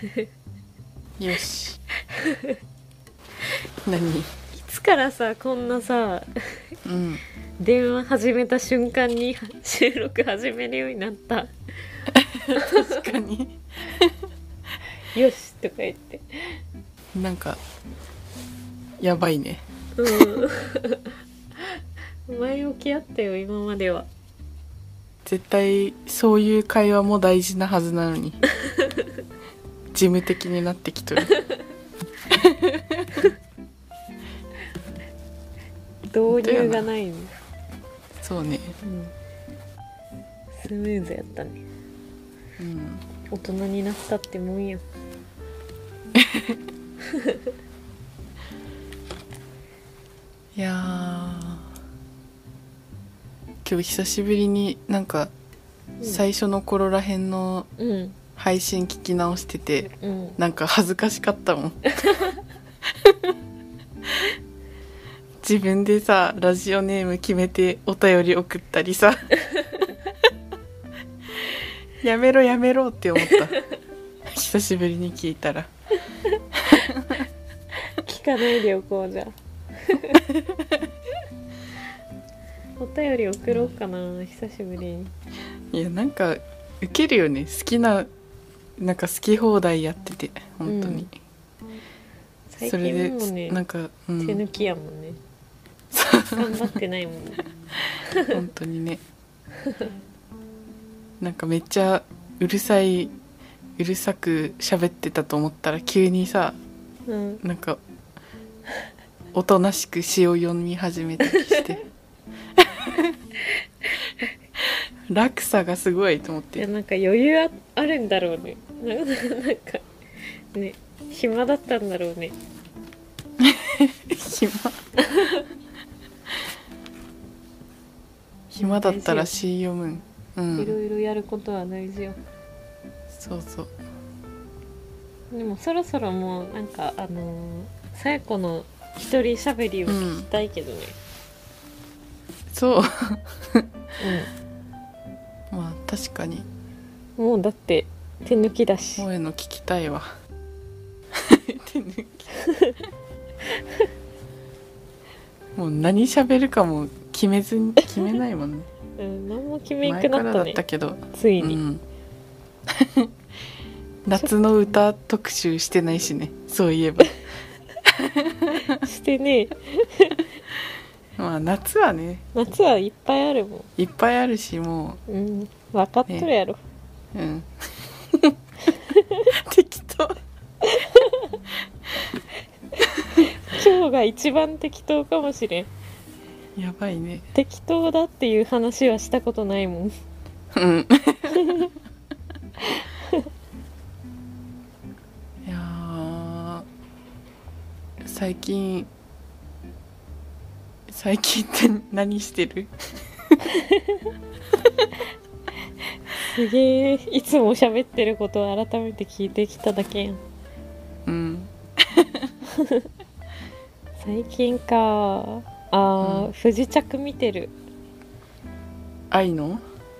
よし。何？ いつからさこんなさうん電話始めた瞬間に収録始めるようになった。 確かに。 よしとか言って、 なんかやばいね。 前置きあったよ今までは。 絶対そういう会話も大事なはずなのに事務的になってきとる。 導入がないの。 そうね。 スムーズやったね。大人になったってもんや。 いやー、今日久しぶりになんか最初の頃らへんの配信聞き直してて、なんか恥ずかしかったもん。自分でさラジオネーム決めてお便り送ったりさ。やめろやめろって思った。久しぶりに聞いたら。 聞かないでおこうじゃ。お便り送ろうかな、久しぶりに。 いやなんかウケるよね。好きななんか好き放題やってて本当に、 最近もねなんか、 手抜きやもんね。頑張ってないもんね。 本当にね。なんかめっちゃうるさく喋ってたと思ったら急にさ、なんかおとなしく詩を読み始めたりして落差がすごいと思って。 いやなんか余裕 あるんだろうね。なんかね、暇だったんだろうね。 暇だったら詩読むん。 いろいろやることは大事よ。 そうそう。 でもそろそろもうなんかさや子の一人喋りを聞きたいけどね。 そう。まあ確かに。 もうだって手抜きだし。 萌えの聞きたいわ。手抜き。もう何喋るかも決めないもんね。 何も決めんくなったね。 前からだったけどついに。 夏の歌特集してないしね、そういえば。 してね。 まあ夏はね。 夏はいっぱいあるもん。 いっぱいあるしもう。 分かっとるやろ。 適当。 今日が一番適当かもしれん。 やばいね。 適当だっていう話はしたことないもん。 いや最近って何してる？ すげえ、いつも喋ってることを改めて聞いてきただけやん。最近か。不時着見てる。 愛の？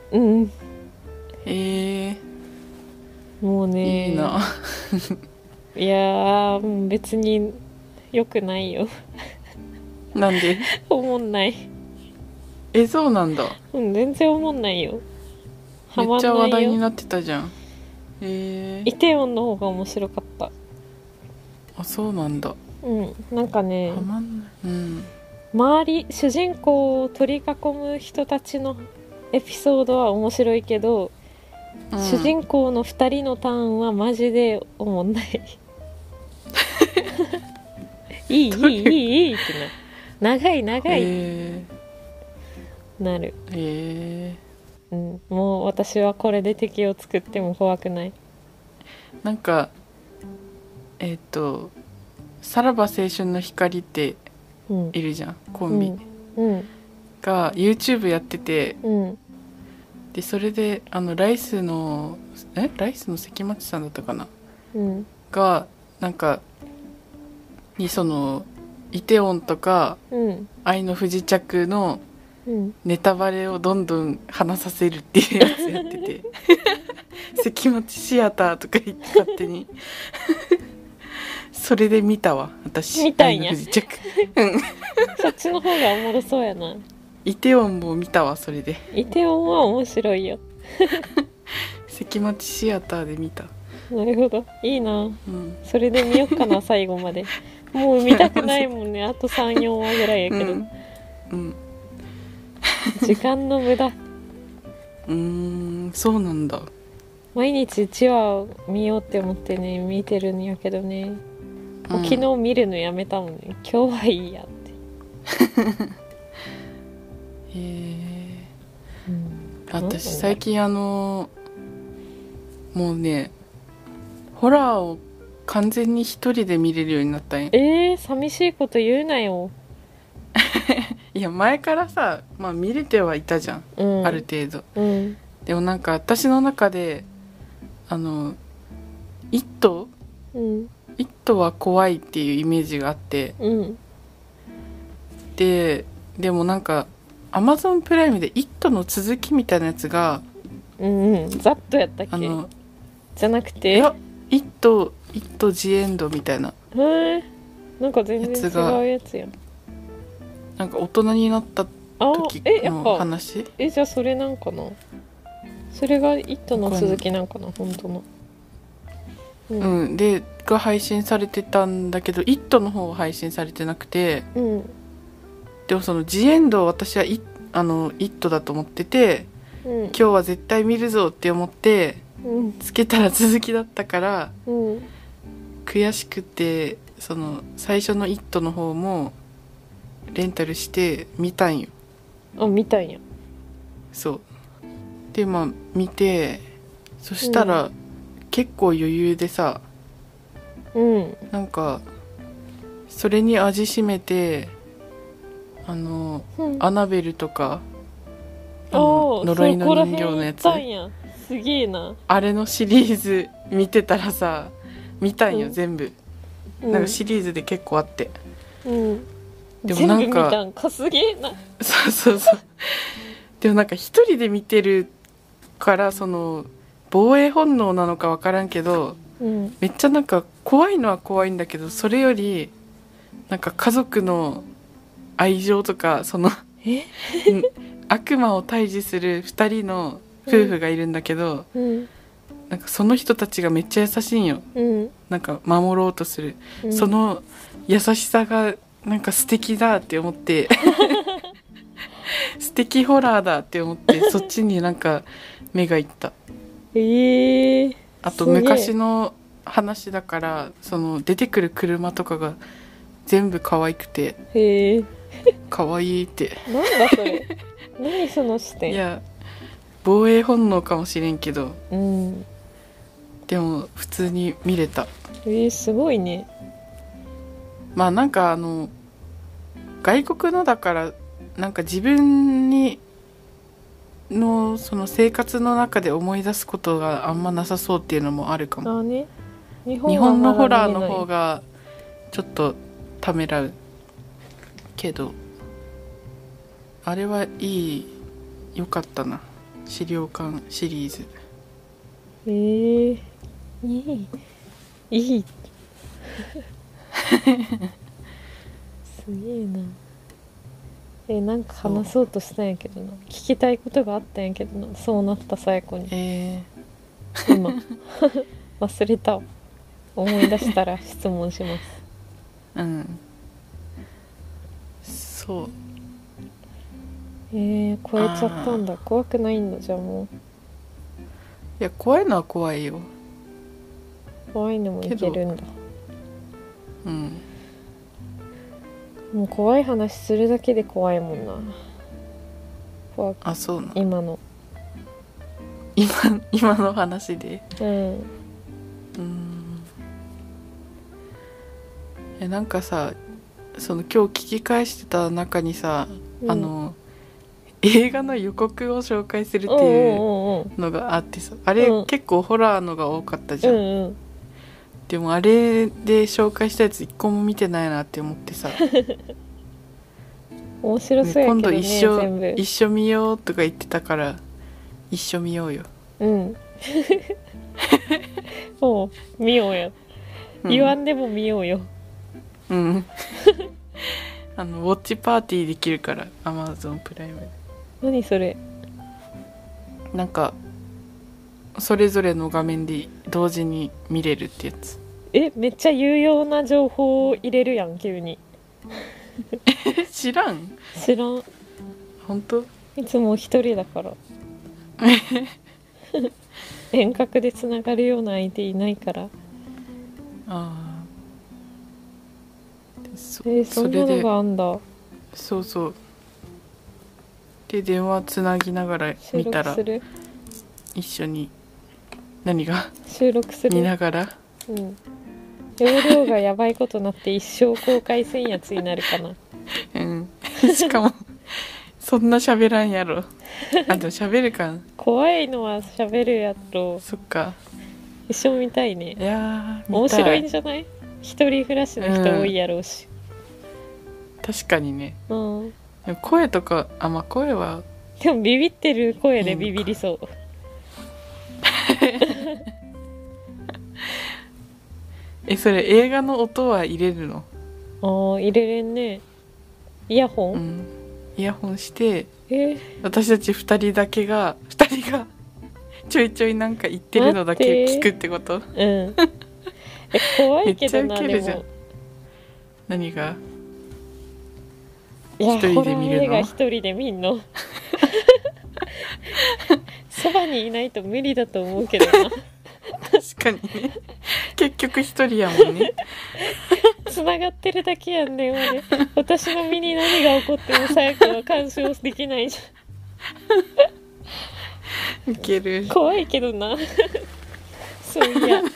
もうね。 いいな。 いやもう別に良くないよ。 なんで？ おもんない。 そうなんだ。 全然おもんないよ。 めっちゃ話題になってたじゃん。 イテウォンの方が面白かった。 あ、そうなんだ。 なんかね、周り主人公を取り囲む人たちのエピソードは面白いけど、主人公の2人のターンはマジでおもんない。いいってな、長いなる。もう私はこれで敵を作っても怖くない。 なんかさらば青春の光っているじゃん、コンビ、が YouTube やってて、でそれでライスの関町さんだったかな、がなんかにそのイテウォンとか、愛の不時着のネタバレをどんどん話させるっていうやつやってて関町シアターとか言って勝手にそれで見たわ私。 見たんや。 不時着そっちの方がおもろそうやな。 イテウォンも見たわそれで。 イテウォンは面白いよ関町シアターで見た。 なるほど、いいな、それで見よっかな最後まで。もう見たくないもんねあと 3,4 話ぐらいやけど、時間の無駄。 そうなんだ。 毎日1話見ようって思ってね見てるんやけどね、もう昨日見るのやめたもんね。今日はいいやってへえ、私最近もうねホラーを完全に一人で見れるようになったんや。 寂しいこと言うなよいや前からさ、見れてはいたじゃん、ある程度、でもなんか私の中でイットは怖いっていうイメージがあって、でもなんかアマゾンプライムでイットの続きみたいなやつがざっとやったっけじゃなくて、 いやイットジエンドみたいななんか全然違うやつやん。 なんか大人になった時の話。 じゃあそれなんかな、それが「イット!」の続きなんかな本当の。 でが配信されてたんだけど「イット!」の方は配信されてなくて、でもその「ジエンド」を私は「イット!」だと思ってて、今日は絶対見るぞって思って、つけたら続きだったから、悔しくてその最初の「イット!」の方もレンタルして見たんよ。 見たんや。 そうで見て、そしたら、結構余裕でさ、なんかそれに味しめてアナベルとか呪いの人形のやつ、 すげえな。 あれのシリーズ見てたらさ見たんよ、全部。なんかシリーズで結構あって、でもなんか全部見たんか、すげえな。 そうでもなんか一人で見てるからその防衛本能なのか分からんけど、めっちゃなんか怖いのは怖いんだけど、それよりなんか家族の愛情とかその悪魔を退治する2人の夫婦がいるんだけど、なんかその人たちがめっちゃ優しいんよ、なんか守ろうとする、その優しさがなんか素敵だって思って素敵ホラーだって思ってそっちになんか目がいった。あと昔の話だからその出てくる車とかが全部可愛くて、可愛いってなんだそれ何その視点。 いや防衛本能かもしれんけど、でも普通に見れた。 すごいね。 なんか外国のだからなんか自分のその生活の中で思い出すことがあんまなさそうっていうのもあるかも。日本のホラーの方がちょっとためらうけど、あれ良かったな、資料館シリーズ。 いいすげえな。なんか話そうとしたんやけどな、聞きたいことがあったんやけどな、そうなった最後に、今忘れたわ。思い出したら質問します。 そう超えちゃったんだ。怖くないんだ。じゃあもういや怖いのは怖いよ。 怖いのもいけるんだ。もう怖い話するだけで怖いもんな。 そうなの。今の話で。なんかさ、その今日聞き返してた中にさ、映画の予告を紹介するっていうのがあってさ、あれ結構ホラーのが多かったじゃん。でもあれで紹介したやつ一個も見てないなって思ってさ面白そうやけどね、 今度全部一緒見ようとか言ってたから一緒見ようよ。 うんもう見ようよ、言わんでも見ようよ。 うんウォッチパーティーできるから Amazon プライムで。 何それ。 なんかそれぞれの画面で同時に見れるってやつ。 めっちゃ有用な情報を入れるやん急に。 知らん。 知らん。 本当？ いつも一人だから遠隔でつながるような相手いないから。 ああ、 そんなのがあんだ。 そうそうで電話つなぎながら見たら一緒に何が収録する見ながら、 うん、容量がやばいことなって一生公開せんやつになるかな。 うんしかもそんな喋らんやろ。あ、でも喋るか。 怖いのは喋るやろ。 そっか。 一緒見たいね。 いや面白いんじゃない？一人暮らしの人多いやろうし、 確かにね。 うん、 でも声とかまあ声はでもビビってる声でビビりそうそれ映画の音は入れるの？ 入れれんね。イヤホン、 イヤホンして私たち2人がちょいちょいなんか言ってるのだけ聞くってこと？ うん怖いけどな。でも何が？ いや、 一人で見るの？ ホラー映画一人で見んのそばにいないと無理だと思うけどな確かにね。結局一人やもんね。 繋がってるだけやんね。私の身に何が起こってもさやかは干渉できないじゃん。いける。 怖いけどなそういや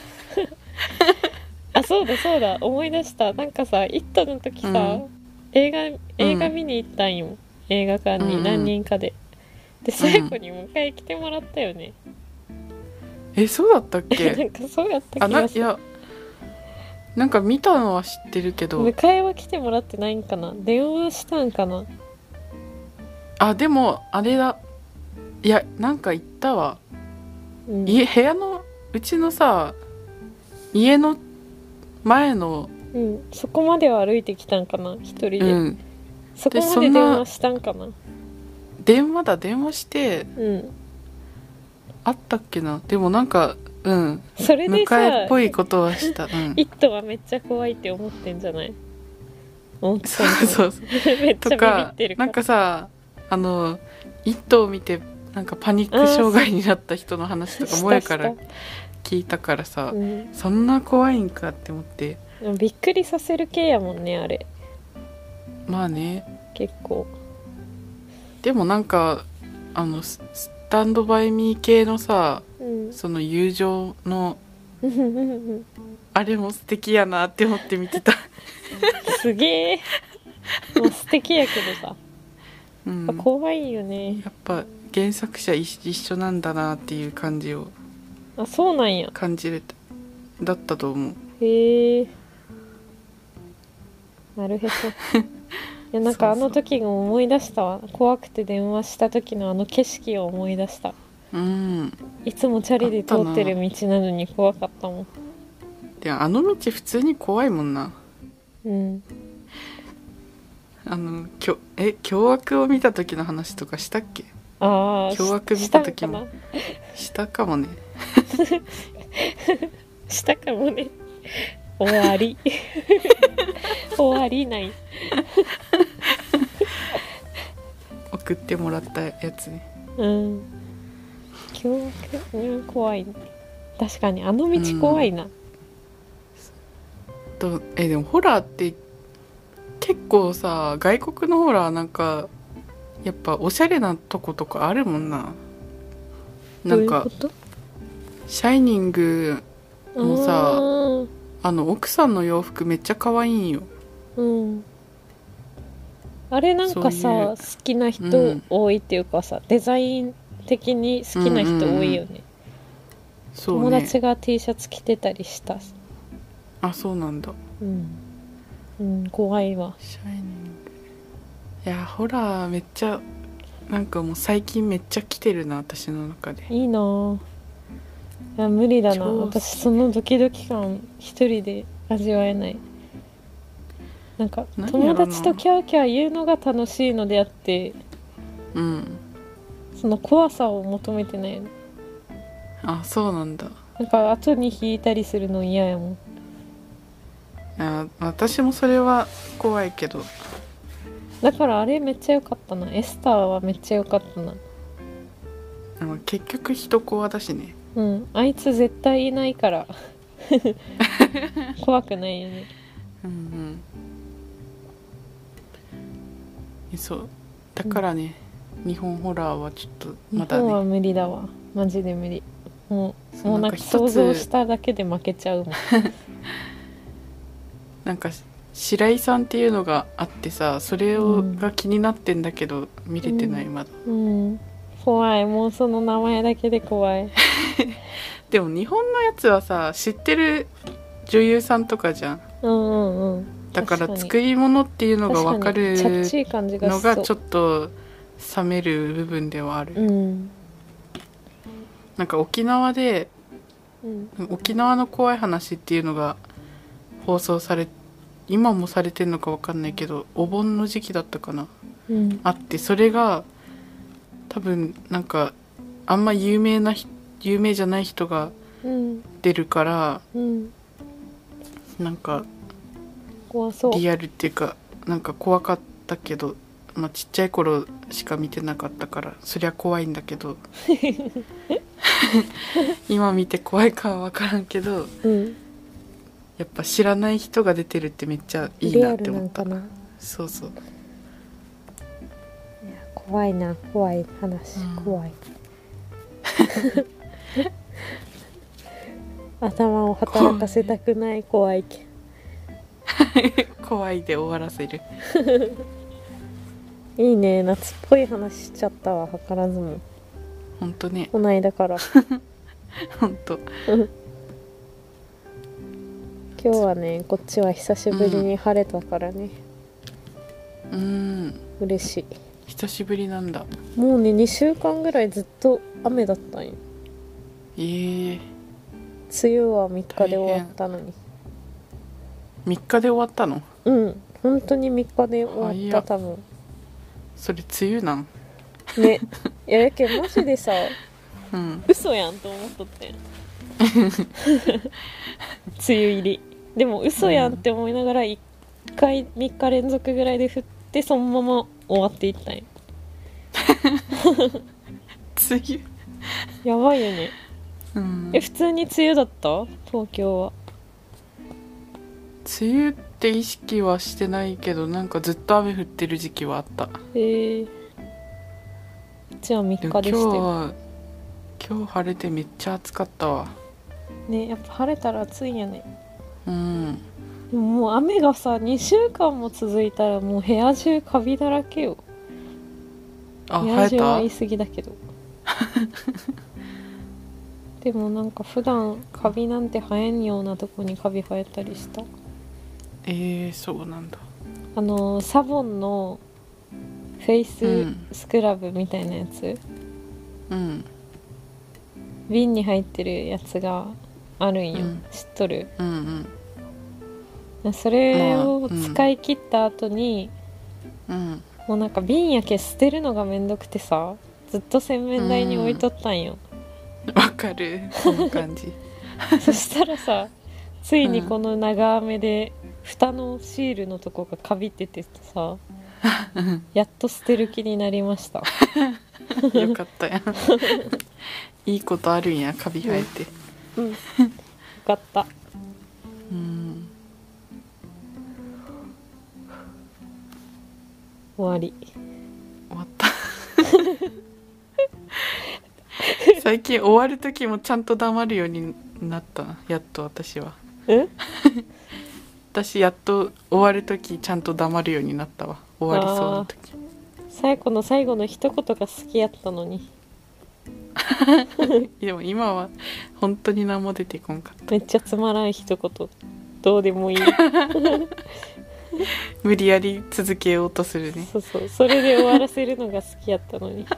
そうだ思い出した。なんかさ、イットの時さ、映画見に行ったんよ、映画館に何人かで。で最後に迎え来てもらったよね。 そうだったっけ？ なんかそうやった気がする。 いやなんか見たのは知ってるけど。 迎えは来てもらってないんかな。電話したんかな。 でもあれだ。いやなんか行ったわ、部屋のうちのさ家の前の、 そこまでは歩いてきたんかな一人で、そこまで電話したんかな。 電話して、あったっけな。でもなんかそれでさ迎えっぽいことはした。 イットはめっちゃ怖いって思ってんじゃない？ そうめっちゃビビってるから。 なんかさイットを見てなんかパニック障害になった人の話とか萌から聞いたからさ、そんな怖いんかって思って。 びっくりさせる系やもんねあれ。 まあね、 結構。 でもなんかスタンドバイミー系のさ、その友情のあれも素敵やなって思って見てたすげえもう素敵やけどさ、怖いよね。 やっぱ原作者一緒なんだなっていう感じをそうなんや感じれただったと思う。 へえ、なるへそいやなんかあの時が思い出したわ。怖くて電話した時のあの景色を思い出した。いつもチャリで通ってる道なのに怖かったもん。 であの道普通に怖いもんな。凶悪を見た時の話とかしたっけ？凶悪見た時もしたかもねしたかもね。終わり終わりない送ってもらったやつね。 凶悪、怖い。確かにあの道怖いな。 でもホラーって結構さ、外国のホラーなんかやっぱおしゃれなとことかあるもんな。なんかシャイニングもさ、奥さんの洋服めっちゃ可愛いんよ。 あれなんかさ、好きな人多いっていうかさ、デザイン的に好きな人多いよね。友達が T シャツ着てたりした。 そうなんだ。 怖いわ。 シャイニングいやホラーめっちゃなんかもう最近めっちゃ来てるな私の中で。 いいなぁ。いや無理だな、私そのドキドキ感一人で味わえない。なんか友達とキャーキャー言うのが楽しいのであって、 うん、 その怖さを求めてないの。 あ、そうなんだ。 なんか後に引いたりするの嫌やもん。いや私もそれは怖いけど。 だからあれめっちゃ良かったな、エスターはめっちゃ良かったな。 結局人怖だしね。 うん、あいつ絶対いないから怖くないよね。 うんうん、そうだからね、うん、日本ホラーはちょっとまだね。 日本は無理だわ、マジで無理。もうなんか想像しただけで負けちゃうもんなんか白井さんっていうのがあってさ、それが気になってんだけど見れてない、まだ。 怖い、もうその名前だけで怖いでも日本のやつはさ知ってる女優さんとかじゃん。だから作り物っていうのが分かるのがちょっと冷める部分ではある。なんか沖縄で、沖縄の怖い話っていうのが放送され、今もされてるのか分かんないけど、お盆の時期だったかな、あって、それが多分なんかあんま有名じゃない人が出るから、なんか怖そう、 リアルっていうかなんか怖かったけど、まあ、ちっちゃい頃しか見てなかったからそりゃ怖いんだけど今見て怖いかは分からんけど、やっぱ知らない人が出てるってめっちゃいいなって思った。そうそう、いや怖いな、怖い話、怖い頭を働かせたくない、怖いけ怖いで終わらせるいいね、夏っぽい話しちゃったわ、図らずも。 ほんとね、 こないだからほんと今日はね、こっちは久しぶりに晴れたからね、嬉しい。 久しぶりなんだ。 もうね、2週間ぐらいずっと雨だったんよ。梅雨は3日で終わったのに。 3日で終わったの？ 本当に3日で終わった、多分。それ梅雨なんね。いやけどマジでさ、嘘やんと思っとって梅雨入りでも嘘やんって思いながら1回3日連続ぐらいで降って、そのまま終わっていったんよ梅雨やばいよね。普通に梅雨だった？東京は梅雨って意識はしてないけど、なんかずっと雨降ってる時期はあった。 じゃあ3日でしたよ。 今日晴れてめっちゃ暑かったわね。やっぱ晴れたら暑いんやね。でももう雨がさ2週間も続いたらもう部屋中カビだらけよ。部屋中は言い過ぎだけどでもなんか普段カビなんて生えんようなとこにカビ生えたりした。 そうなんだ。 サボンのフェイススクラブみたいなやつ、瓶に入ってるやつがあるんよ、知っとる？それを使い切った後に、もうなんか瓶やけ捨てるのがめんどくてさ、ずっと洗面台に置いとったんよ。 わかる、その感じそしたらさ、ついにこの長雨で蓋のシールのとこがかびててさやっと捨てる気になりましたよかったやんいいことあるんや、カビ生えて。 よかった。終わり。 終わった最近終わる時もちゃんと黙るようになったな、やっと私は。私やっと終わる時ちゃんと黙るようになったわ、終わりそうな時。 最後の最後の一言が好きやったのにでも今は本当に何も出てこんかった。 めっちゃつまらん一言、どうでもいい無理やり続けようとするね。 そうそう、それで終わらせるのが好きやったのに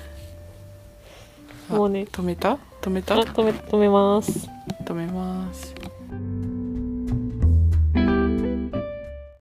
もうね、 止めた止めます。 止めます。